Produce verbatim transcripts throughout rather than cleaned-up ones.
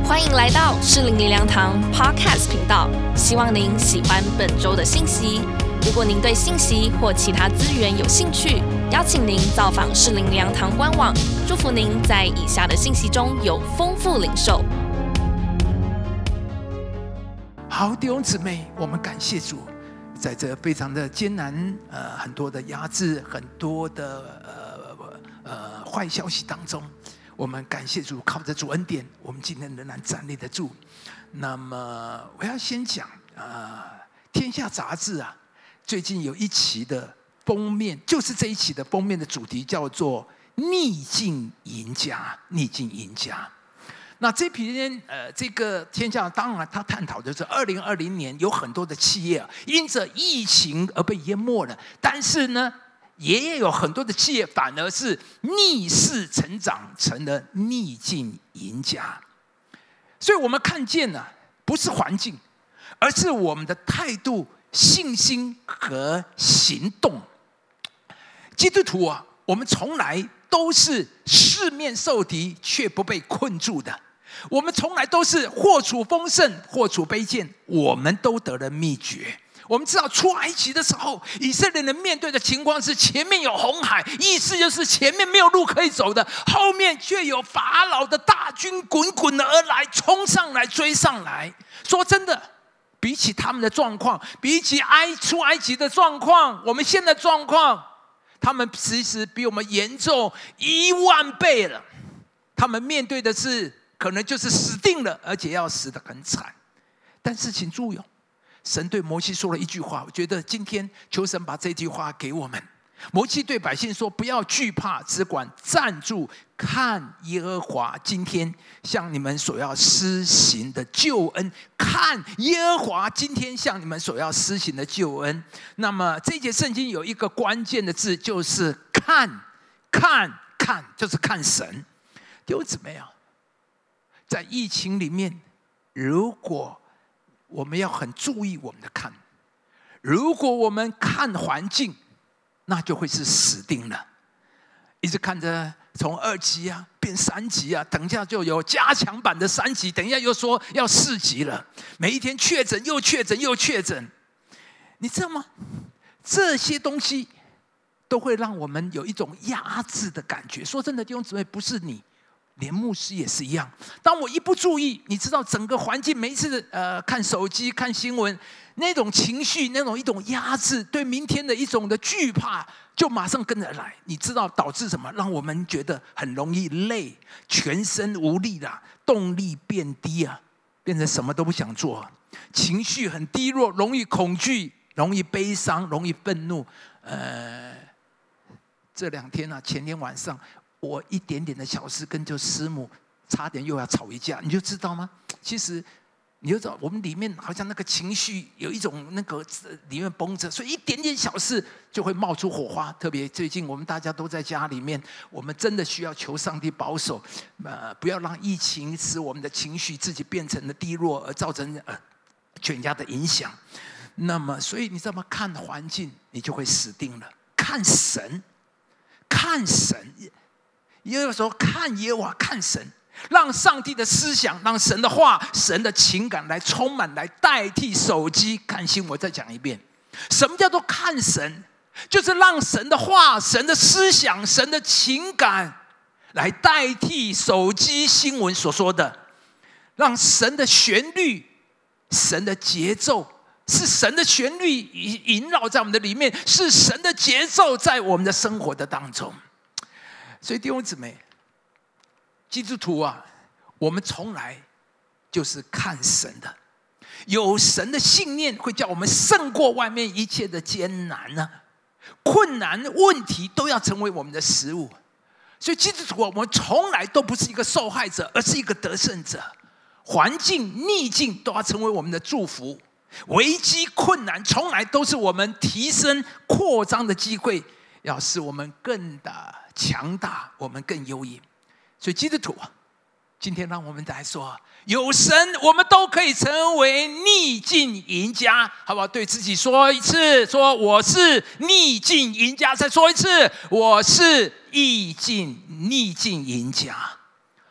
欢迎来到士林灵粮堂 Podcast 频道，希望您喜欢本周的信息。如果您对信息或其他资源有兴趣，邀请您造访士林灵粮堂官网。祝福您在以下的信息中有丰富领受。 好，弟兄姊妹，我们感谢主，在这非常的艰难，呃，很多的压制，很多的呃呃坏消息当中，我们感谢主，靠着主恩典，我们今天仍然站立得住。那么，我要先讲，呃，天下杂志啊，最近有一期的封面，就是这一期的封面的主题叫做“逆境赢家”，逆境赢家。那这篇呃，这个天下当然他探讨的是二零二零年有很多的企业、啊、因着疫情而被淹没了，但是呢，也有很多的企业反而是逆势成长，成了逆境赢家。所以我们看见呢、啊，不是环境，而是我们的态度、信心和行动。基督徒啊，我们从来都是四面受敌却不被困住的。我们从来都是或处丰盛，或处卑贱，我们都得了秘诀。我们知道出埃及的时候，以色列人面对的情况是前面有红海，意思就是前面没有路可以走的，后面却有法老的大军滚滚的而来，冲上来追上来。说真的，比起他们的状况，比起埃出埃及的状况，我们现在的状况，他们其实比我们严重一万倍了。他们面对的是可能就是死定了，而且要死得很惨。但是请注意哦，神对摩西说了一句话，我觉得今天求神把这句话给我们。摩西对百姓说：“不要惧怕，只管站住，看耶和华今天向你们所要施行的救恩。看耶和华今天向你们所要施行的救恩。”那么这节圣经有一个关键的字，就是看，看，看，就是看神。弟兄姊妹啊，在疫情里面，如果我们要很注意我们的看，如果我们看环境，那就会是死定了。一直看着从二级啊变三级啊，等一下就有加强版的三级，等一下又说要四级了。每一天确诊又确诊又确诊，你知道吗？这些东西都会让我们有一种压制的感觉。说真的，弟兄姊妹，不是你。连牧师也是一样，当我一不注意，你知道整个环境，每一次呃看手机、看新闻，那种情绪、那种一种压制，对明天的一种的惧怕，就马上跟着来。你知道导致什么？让我们觉得很容易累，全身无力啦，动力变低啊，变成什么都不想做，情绪很低落，容易恐惧，容易悲伤，容易愤怒。呃，这两天啊，前天晚上。我一点点的小事跟就师母差点又要吵一架，你就知道吗？其实你就知道，我们里面好像那个情绪有一种那个里面绷着，所以一点点小事就会冒出火花。特别最近我们大家都在家里面，我们真的需要求上帝保守，呃，不要让疫情使我们的情绪自己变成了低落，而造成呃全家的影响。那么，所以你知道吗？看环境你就会死定了。看神，看神。也有时候看耶和华，看神，让上帝的思想，让神的话、神的情感来充满，来代替手机看新闻。我再讲一遍，什么叫做看神？就是让神的话、神的思想、神的情感来代替手机新闻所说的，让神的旋律、神的节奏，是神的旋律萦绕在我们的里面，是神的节奏在我们的生活的当中。所以弟兄姊妹，基督徒啊，我们从来就是看神的，有神的信念会叫我们胜过外面一切的艰难呢、啊、困难、问题都要成为我们的食物。所以基督徒啊，我们从来都不是一个受害者，而是一个得胜者。环境逆境都要成为我们的祝福，危机困难从来都是我们提升扩张的机会，要使我们更的强大，我们更优异。所以基督徒啊，今天让我们来说，有神我们都可以成为逆境赢家，好不好？对自己说一次，说我是逆境赢家。再说一次，我是逆境逆境赢家。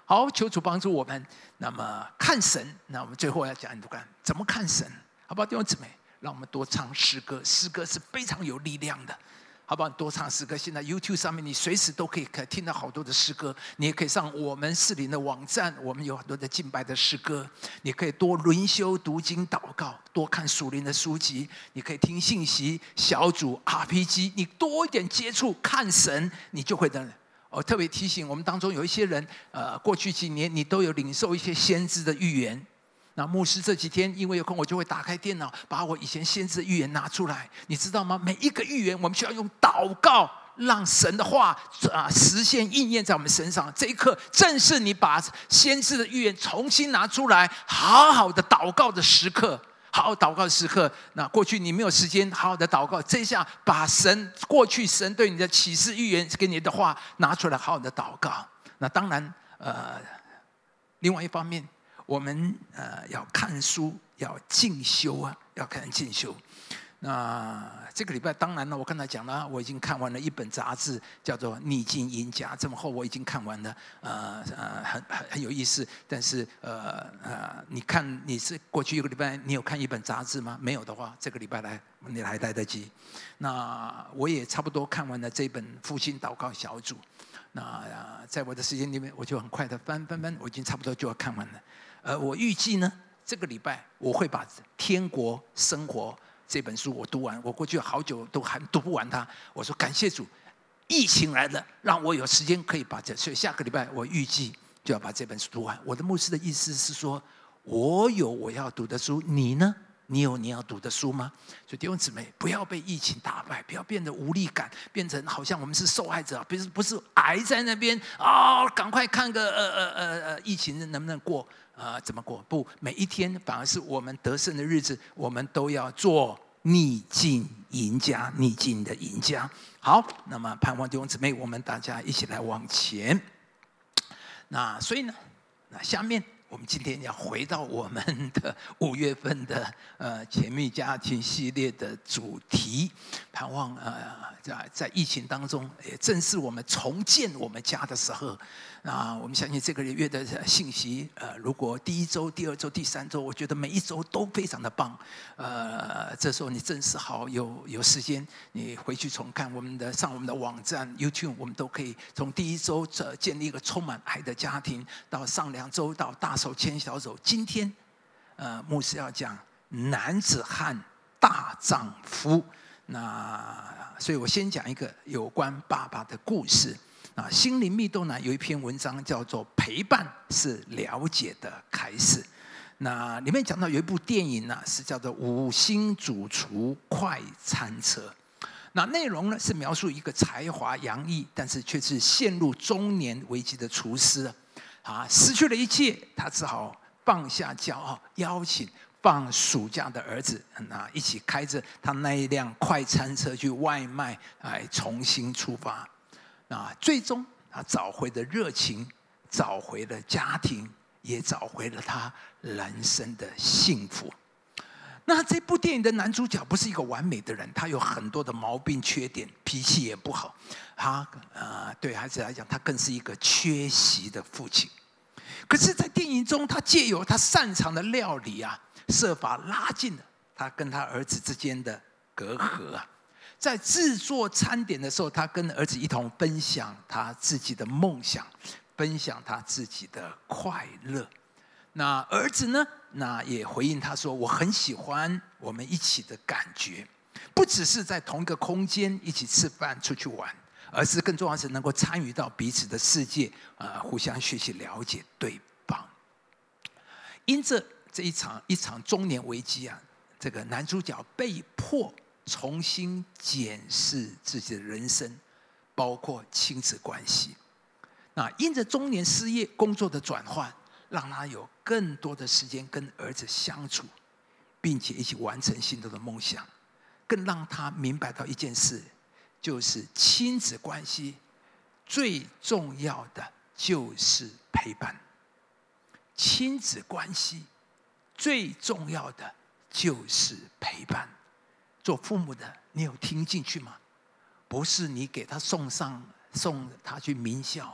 好，求主帮助我们。那么看神，那我们最后要讲一段怎么看神，好不好？弟兄姊妹，让我们多唱诗歌，诗歌是非常有力量的。好不好？多唱诗歌。现在 YouTube 上面，你随时都可以听到好多的诗歌。你也可以上我们士林的网站，我们有很多的敬拜的诗歌。你可以多轮修、读经、祷告，多看属灵的书籍。你可以听信息小组 R P G， 你多一点接触看神，你就会的。我特别提醒我们当中有一些人，呃，过去几年你都有领受一些先知的预言。那牧师这几天因为有空，我就会打开电脑，把我以前先知的预言拿出来。你知道吗？每一个预言，我们需要用祷告，让神的话啊实现应验在我们身上。这一刻，正是你把先知的预言重新拿出来，好好的祷告的时刻。好好祷告的时刻。那过去你没有时间好好的祷告，这一下把神过去神对你的启示预言给你的话拿出来，好好的祷告。那当然，呃，另外一方面。我们呃要看书，要进修啊，要看进修。那这个礼拜当然了，我刚才讲了，我已经看完了一本杂志，叫做《逆境赢家》，这么厚我已经看完了，呃呃，很很很有意思。但是呃呃，你看你是过去一个礼拜，你有看一本杂志吗？没有的话，这个礼拜来你还来得及。那我也差不多看完了这本复兴祷告小组。那、呃、在我的时间里面，我就很快的翻翻翻，我已经差不多就要看完了。呃，我预计呢，这个礼拜我会把《天国生活》这本书我读完。我过去好久都还读不完它。我说感谢主，疫情来了，让我有时间可以把这，所以下个礼拜我预计就要把这本书读完。我的牧师的意思是说，我有我要读的书，你呢？你有你要读的书吗？所以弟兄姊妹，不要被疫情打败，不要变得无力感，变成好像我们是受害者，不是不是癌在那边啊、哦，赶快看个呃呃呃呃疫情能不能过啊、呃？怎么过？不，每一天反而是我们得胜的日子，我们都要做逆境赢家，逆境的赢家。好，那么盼望弟兄姊妹，我们大家一起来往前。那所以呢，那下面。我们今天要回到我们的五月份的呃甜蜜家庭系列的主题，盼望呃在在疫情当中，也正是我们重建我们家的时候。那我们相信这个月的信息，呃，如果第一周、第二周、第三周，我觉得每一周都非常的棒。呃，这时候你正是好有有时间，你回去重看我们的上我们的网站 YouTube， 我们都可以从第一周建立一个充满爱的家庭，到上两周到大手牵小手。今天，呃，牧师要讲男子汉大丈夫。那所以我先讲一个有关爸爸的故事。啊，心灵蜜豆呢有一篇文章叫做《陪伴是了解的开始》。那里面讲到有一部电影呢，是叫做《五星主厨快餐车》。那内容呢是描述一个才华洋溢，但是却是陷入中年危机的厨师啊，失去了一切，他只好放下骄傲，邀请放暑假的儿子啊一起开着他那一辆快餐车去外卖，来重新出发。那最终他找回了热情，找回了家庭，也找回了他人生的幸福。那这部电影的男主角不是一个完美的人，他有很多的毛病缺点，脾气也不好。他呃对孩子来讲，他更是一个缺席的父亲。可是在电影中，他借由他擅长的料理啊，设法拉近了他跟他儿子之间的隔阂啊。在制作餐点的时候，他跟儿子一同分享他自己的梦想，分享他自己的快乐。那儿子呢？那也回应他说：“我很喜欢我们一起的感觉，不只是在同一个空间一起吃饭、出去玩，而是更重要的是能够参与到彼此的世界，呃，互相学习、了解对方。”因着这一场一场中年危机啊，这个男主角被迫重新检视自己的人生，包括亲子关系。那因着中年失业、工作的转换，让他有更多的时间跟儿子相处，并且一起完成心中的梦想。更让他明白到一件事，就是亲子关系最重要的就是陪伴。亲子关系最重要的就是陪伴。做父母的，你有听进去吗？不是你给他送上送他去名校，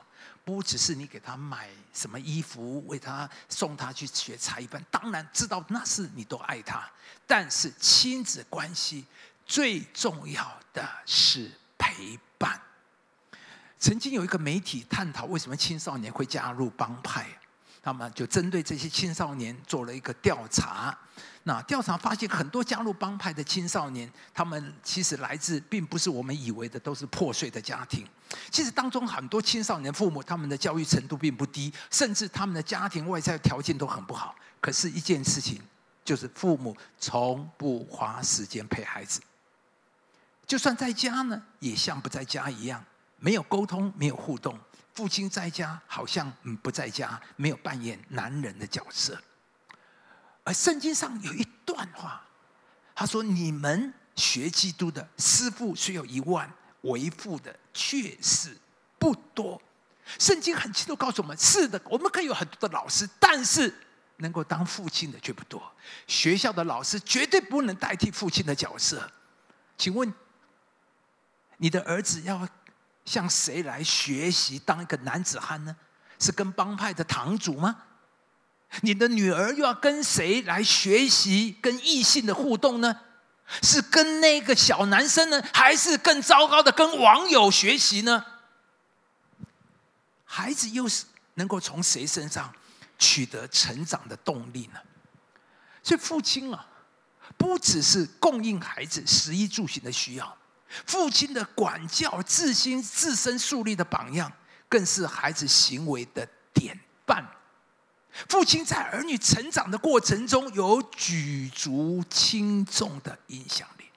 不只是你给他买什么衣服，为他送他去学才艺班，当然知道那是你都爱他，但是亲子关系最重要的是陪伴。曾经有一个媒体探讨为什么青少年会加入帮派，他们就针对这些青少年做了一个调查。那调查发现，很多加入帮派的青少年，他们其实来自并不是我们以为的都是破碎的家庭。其实当中很多青少年父母，他们的教育程度并不低，甚至他们的家庭外在条件都很不好。可是，一件事情就是父母从不花时间陪孩子，就算在家呢，也像不在家一样，没有沟通，没有互动。父亲在家好像不在家，没有扮演男人的角色。而圣经上有一段话，他说：“你们学基督的师傅虽有一万，为父的却是不多。”圣经很清楚告诉我们：是的，我们可以有很多的老师，但是能够当父亲的却不多。学校的老师绝对不能代替父亲的角色。请问，你的儿子要向谁来学习当一个男子汉呢？是跟帮派的堂主吗？你的女儿又要跟谁来学习跟异性的互动呢？是跟那个小男生呢，还是更糟糕的跟网友学习呢？孩子又是能够从谁身上取得成长的动力呢？所以父亲啊，不只是供应孩子食衣住行的需要，父亲的管教、自心、自身树立的榜样，更是孩子行为的典范。父亲在儿女成长的过程中有举足轻重的影响力。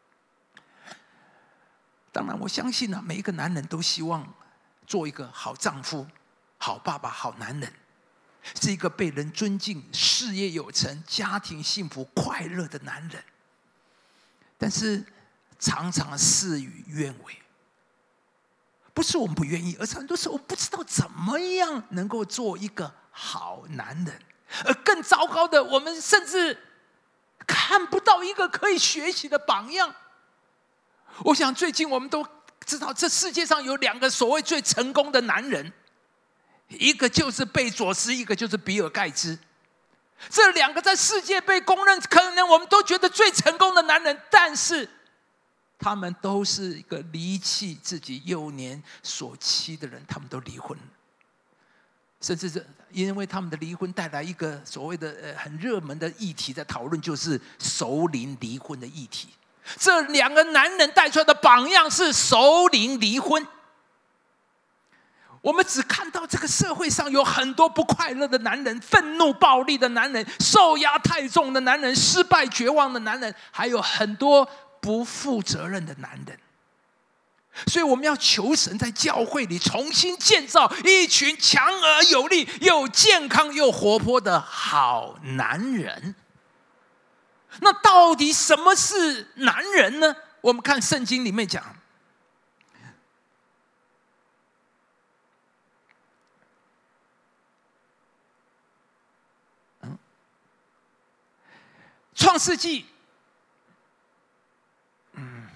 当然，我相信啊，每一个男人都希望做一个好丈夫、好爸爸、好男人，是一个被人尊敬、事业有成、家庭幸福、快乐的男人。但是常常事与愿违，不是我们不愿意，而是很多时候我不知道怎么样能够做一个好男人。而更糟糕的，我们甚至看不到一个可以学习的榜样。我想最近我们都知道，这世界上有两个所谓最成功的男人，一个就是贝佐斯，一个就是比尔盖茨。这两个在世界被公认，可能我们都觉得最成功的男人，但是他们都是一个离弃自己幼年所妻的人，他们都离婚了。甚至是因为他们的离婚带来一个所谓的呃很热门的议题，在讨论就是熟龄离婚的议题。这两个男人带出来的榜样是熟龄离婚。我们只看到这个社会上有很多不快乐的男人，愤怒暴力的男人，受压太重的男人，失败绝望的男人，还有很多不负责任的男人。所以我们要求神在教会里重新建造一群强而有力、又健康又活泼的好男人。那到底什么是男人呢？我们看圣经里面讲，嗯，创世纪，嗯，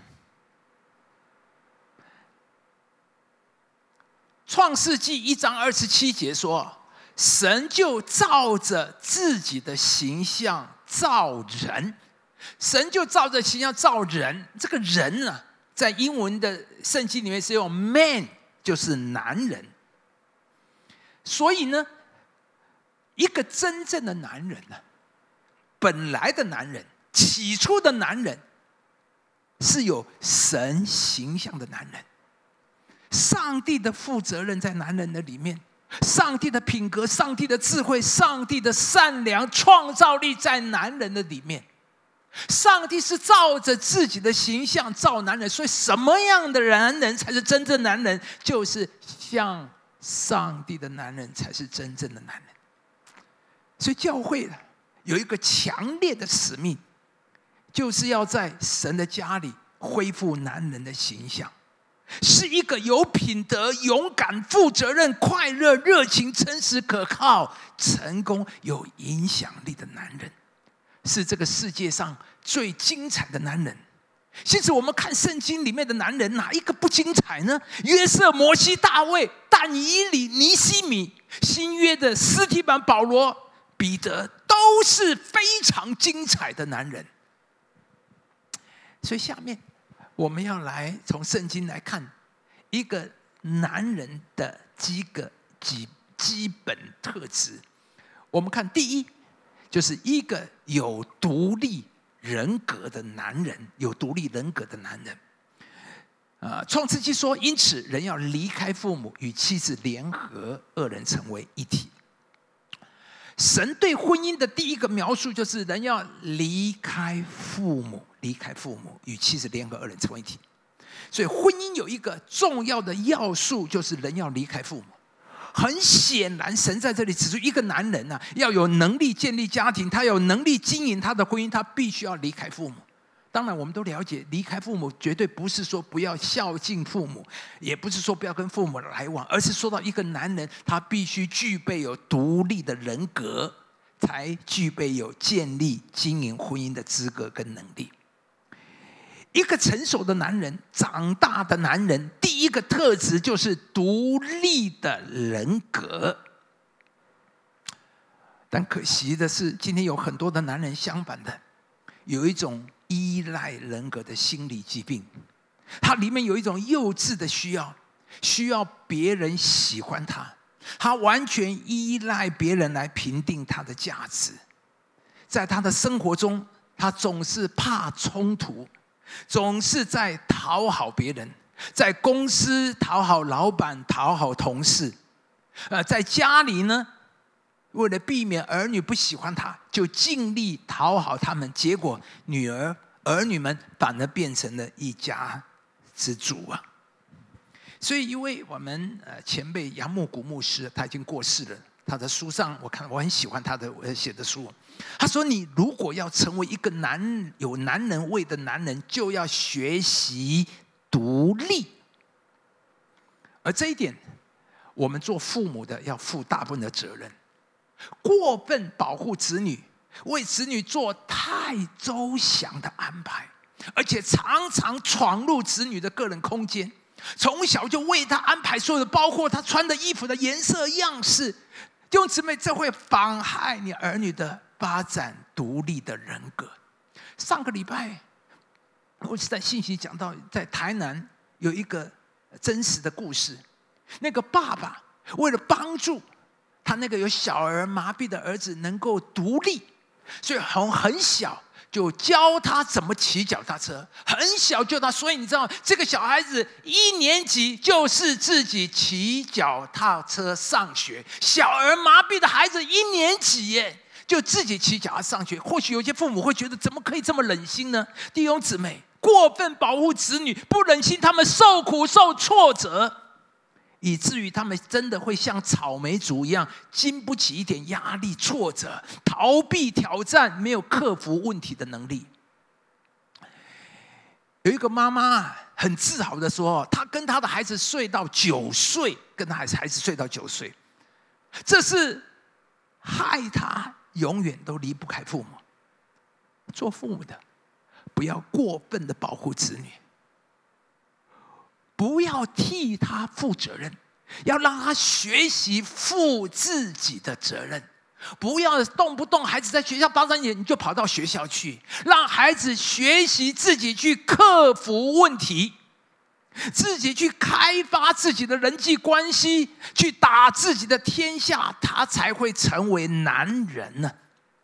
创世纪一章二十七节说，神就照着自己的形象造人。神就照着形象造人。这个人呢、啊，在英文的圣经里面是用 man， 就是男人。所以呢，一个真正的男人呢、啊，本来的男人，起初的男人，是有神形象的男人。上帝的负责任在男人的里面，上帝的品格、上帝的智慧、上帝的善良、创造力在男人的里面。上帝是照着自己的形象造男人，所以什么样的男人才是真正男人？就是像上帝的男人才是真正的男人。所以教会有一个强烈的使命，就是要在神的家里恢复男人的形象，是一个有品德、勇敢、负责任、快乐、热情、诚实、可靠、成功、有影响力的男人，是这个世界上最精彩的男人， 其实我们看圣经里面的男人，哪一个不精彩呢？约瑟、摩西、大卫、但以理、尼希米，新约的司提反、保罗、彼得，都是非常精彩的男人。所以下面我们要来从圣经来看一个男人的几个基基本特质。我们看第一，就是一个有独立人格的男人，有独立人格的男人。啊，创世纪说，因此人要离开父母，与妻子联合，二人成为一体。神对婚姻的第一个描述就是人要离开父母，离开父母，与妻子联合，二人成为一体。所以婚姻有一个重要的要素，就是人要离开父母。很显然，神在这里指出，一个男人啊，要有能力建立家庭，他有能力经营他的婚姻，他必须要离开父母。当然我们都了解，离开父母绝对不是说不要孝敬父母，也不是说不要跟父母来往，而是说到一个男人，他必须具备有独立的人格，才具备有建立经营婚姻的资格跟能力。一个成熟的男人，长大的男人，第一个特质就是独立的人格。但可惜的是，今天有很多的男人相反的，有一种依赖人格的心理疾病，他里面有一种幼稚的需要，需要别人喜欢他，他完全依赖别人来评定他的价值。在他的生活中，他总是怕冲突，总是在讨好别人，在公司讨好老板，讨好同事，呃，在家里呢，为了避免儿女不喜欢他，就尽力讨好他们，结果女儿、儿女们反而变成了一家之主啊！所以，一位我们呃前辈杨牧谷牧师，他已经过世了。他的书上，我看我很喜欢他的写的书。他说：“你如果要成为一个男有男人味的男人，就要学习独立。而这一点，我们做父母的要负大部分的责任。过分保护子女，为子女做太周详的安排，而且常常闯入子女的个人空间。从小就为他安排所有的，包括他穿的衣服的颜色、样式。弟兄姊妹，这会妨害你儿女的发展独立的人格。上个礼拜，我是在信息讲到，在台南有一个真实的故事。那个爸爸为了帮助他那个有小儿麻痹的儿子能够独立，所以从很小就教他怎么骑脚踏车，很小就他，所以你知道，这个小孩子一年级就是自己骑脚踏车上学。小儿麻痹的孩子一年级耶，就自己骑脚踏车上学。或许有些父母会觉得，怎么可以这么忍心呢？弟兄姊妹，过分保护子女，不忍心他们受苦受挫折，以至于他们真的会像草莓族一样，经不起一点压力、挫折，逃避挑战，没有克服问题的能力。有一个妈妈很自豪的说，她跟她的孩子睡到九岁，跟她孩子睡到九岁，这是害她永远都离不开父母。做父母的，不要过分的保护子女。不要替他负责任，要让他学习负自己的责任。不要动不动孩子在学校发生你就跑到学校去，让孩子学习自己去克服问题，自己去开发自己的人际关系，去打自己的天下，他才会成为男人呢。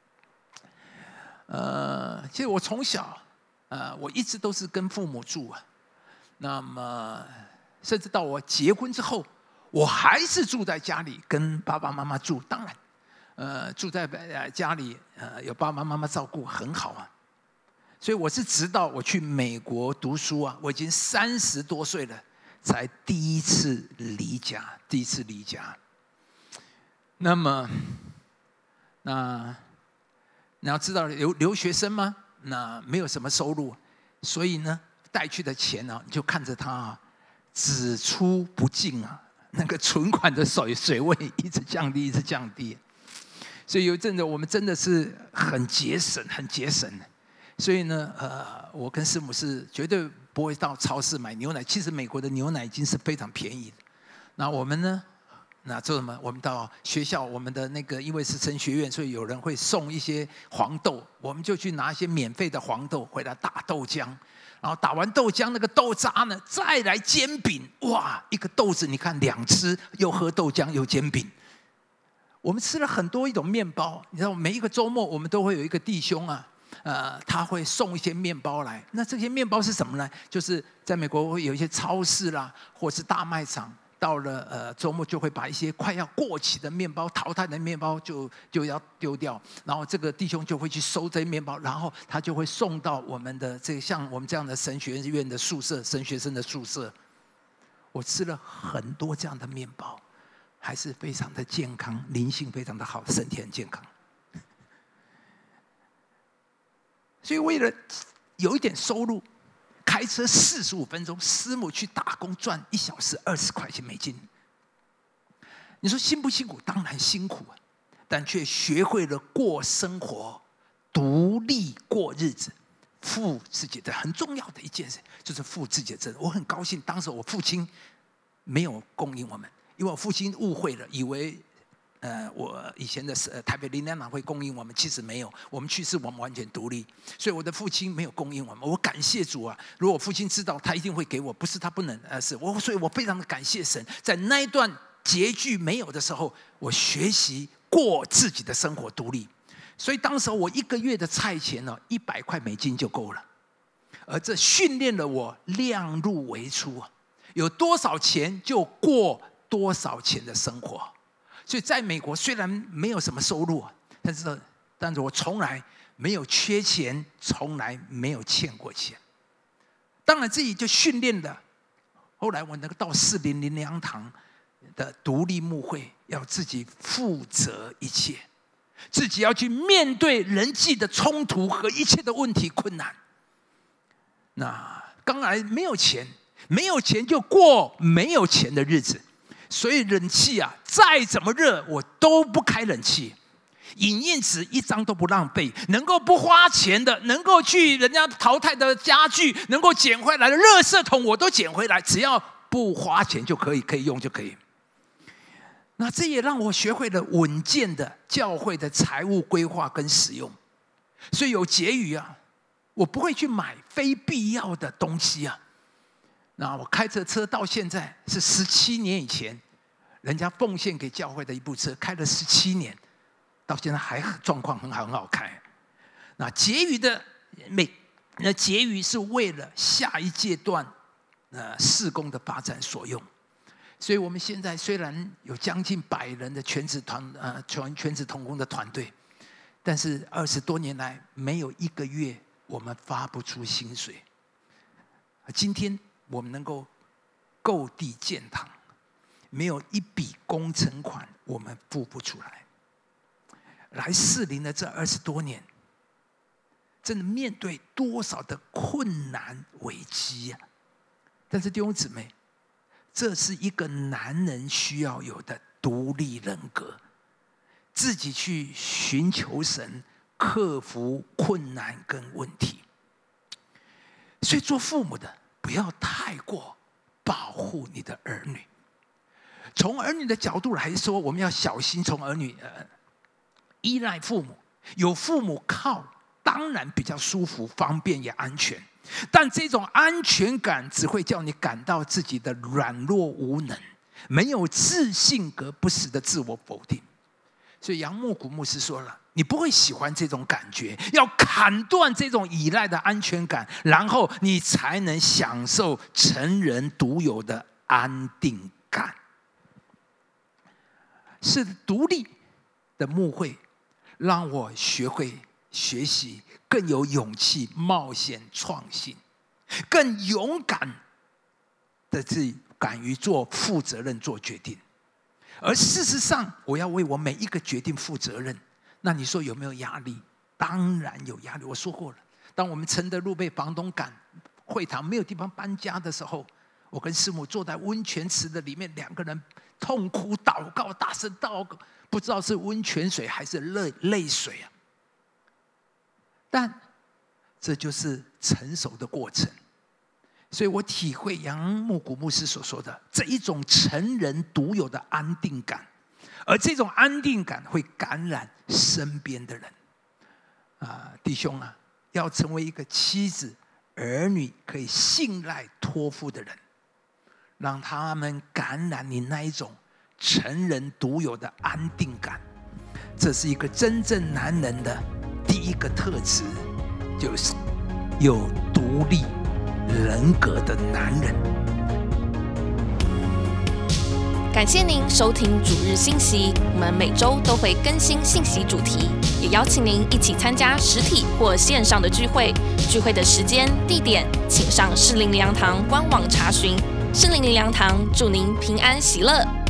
呃，其实我从小，呃，我一直都是跟父母住啊。那么，甚至到我结婚之后，我还是住在家里跟爸爸妈妈住。当然，呃，住在家里，呃，有爸爸妈妈照顾很好啊。所以我是直到我去美国读书啊，我已经三十多岁了，才第一次离家，第一次离家。那么，那你要知道留留学生吗？那没有什么收入，所以呢，带去的钱呢，你就看着他啊，只出不进啊，那个存款的水水位一直降低，一直降低。所以有一阵子，我们真的是很节省，很节省。 所以呢，呃，我跟师母是绝对不会到超市买牛奶。其实美国的牛奶已经是非常便宜的。那我们呢，那做什么？我们到学校，我们的那个因为是神学院，所以有人会送一些黄豆，我们就去拿一些免费的黄豆回来打豆浆。然后打完豆浆，那个豆渣呢，再来煎饼。哇，一个豆子，你看两吃，又喝豆浆又煎饼。我们吃了很多一种面包，你知道，每一个周末我们都会有一个弟兄啊，呃，他会送一些面包来。那这些面包是什么呢？就是在美国会有一些超市啦，或是大卖场，到了呃周末就会把一些快要过期的面包、淘汰的面包就就要丢掉，然后这个弟兄就会去收这些面包，然后他就会送到我们的这个像我们这样的神学院的宿舍、神学生的宿舍。我吃了很多这样的面包。还是非常的健康，灵性非常的好，身体很健康。所以为了有一点收入，开车四十五分钟，师母去打工赚一小时二十块钱美金。你说辛不辛苦？当然辛苦，但却学会了过生活，独立过日子，负自己的很重要的一件事，就是负自己的责任。我很高兴，当时我父亲没有供应我们。因为我父亲误会了，以为，呃，我以前的台北灵粮堂会供应我们，其实没有。我们去世，我们完全独立，所以我的父亲没有供应我们。我感谢主啊！如果我父亲知道，他一定会给我，不是他不能，而是我，所以我非常的感谢神。在那一段拮据没有的时候，我学习过自己的生活，独立。所以当时我一个月的菜钱呢，一百块美金就够了，而这训练了我量入为出啊，有多少钱就过多少钱的生活。所以在美国虽然没有什么收入，但是但是我从来没有缺钱，从来没有欠过钱。当然自己就训练了，后来我能够到四零灵粮堂的独立牧会，要自己负责一切，自己要去面对人际的冲突和一切的问题困难。那当然没有钱，没有钱就过没有钱的日子。所以冷气啊，再怎么热，我都不开冷气。影印纸一张都不浪费，能够不花钱的，能够去人家淘汰的家具，能够捡回来的垃圾桶，我都捡回来，只要不花钱就可以，可以用就可以。那这也让我学会了稳健的教会的财务规划跟使用。所以有结余啊，我不会去买非必要的东西啊。那我开着车到现在是十七年以前，人家奉献给教会的一部车，开了十七年，到现在还状况很好，很好开。那结余的每那结余是为了下一阶段呃事工的发展所用。所以我们现在虽然有将近百人的全职团呃全全职同工的团队，但是二十多年来没有一个月我们发不出薪水。今天我们能够购地建堂，没有一笔工程款我们付不出来。来士林的这二十多年，真的面对多少的困难危机啊！但是弟兄姊妹，这是一个男人需要有的独立人格，自己去寻求神，克服困难跟问题。所以做父母的不要太过保护你的儿女。从儿女的角度来说，我们要小心从儿女呃依赖父母，有父母靠，当然比较舒服、方便也安全。但这种安全感只会叫你感到自己的软弱无能，没有自信格不时的自我否定。所以杨牧谷牧师说了，你不会喜欢这种感觉，要砍断这种依赖的安全感，然后你才能享受成人独有的安定感。是独立的牧会让我学会学习，更有勇气冒险创新，更勇敢的去敢于做负责任做决定。而事实上，我要为我每一个决定负责任。那你说有没有压力？当然有压力。我说过了，当我们承德路被房东赶，会堂没有地方搬家的时候，我跟师母坐在温泉池的里面，两个人痛哭祷告，大声祷告，不知道是温泉水还是泪泪水啊。但这就是成熟的过程。所以我体会杨牧谷牧师所说的这一种成人独有的安定感，而这种安定感会感染身边的人。啊，弟兄啊，要成为一个妻子、儿女可以信赖托付的人，让他们感染你那一种成人独有的安定感。这是一个真正男人的第一个特质，就是有独立人格的男人。 感谢您收听主日信息，我们每周都会更新信息主题，也邀请您一起参加实体或线上的聚会。聚会的时间、地点，请上士林灵粮堂官网查询。士林灵粮堂祝您平安喜乐。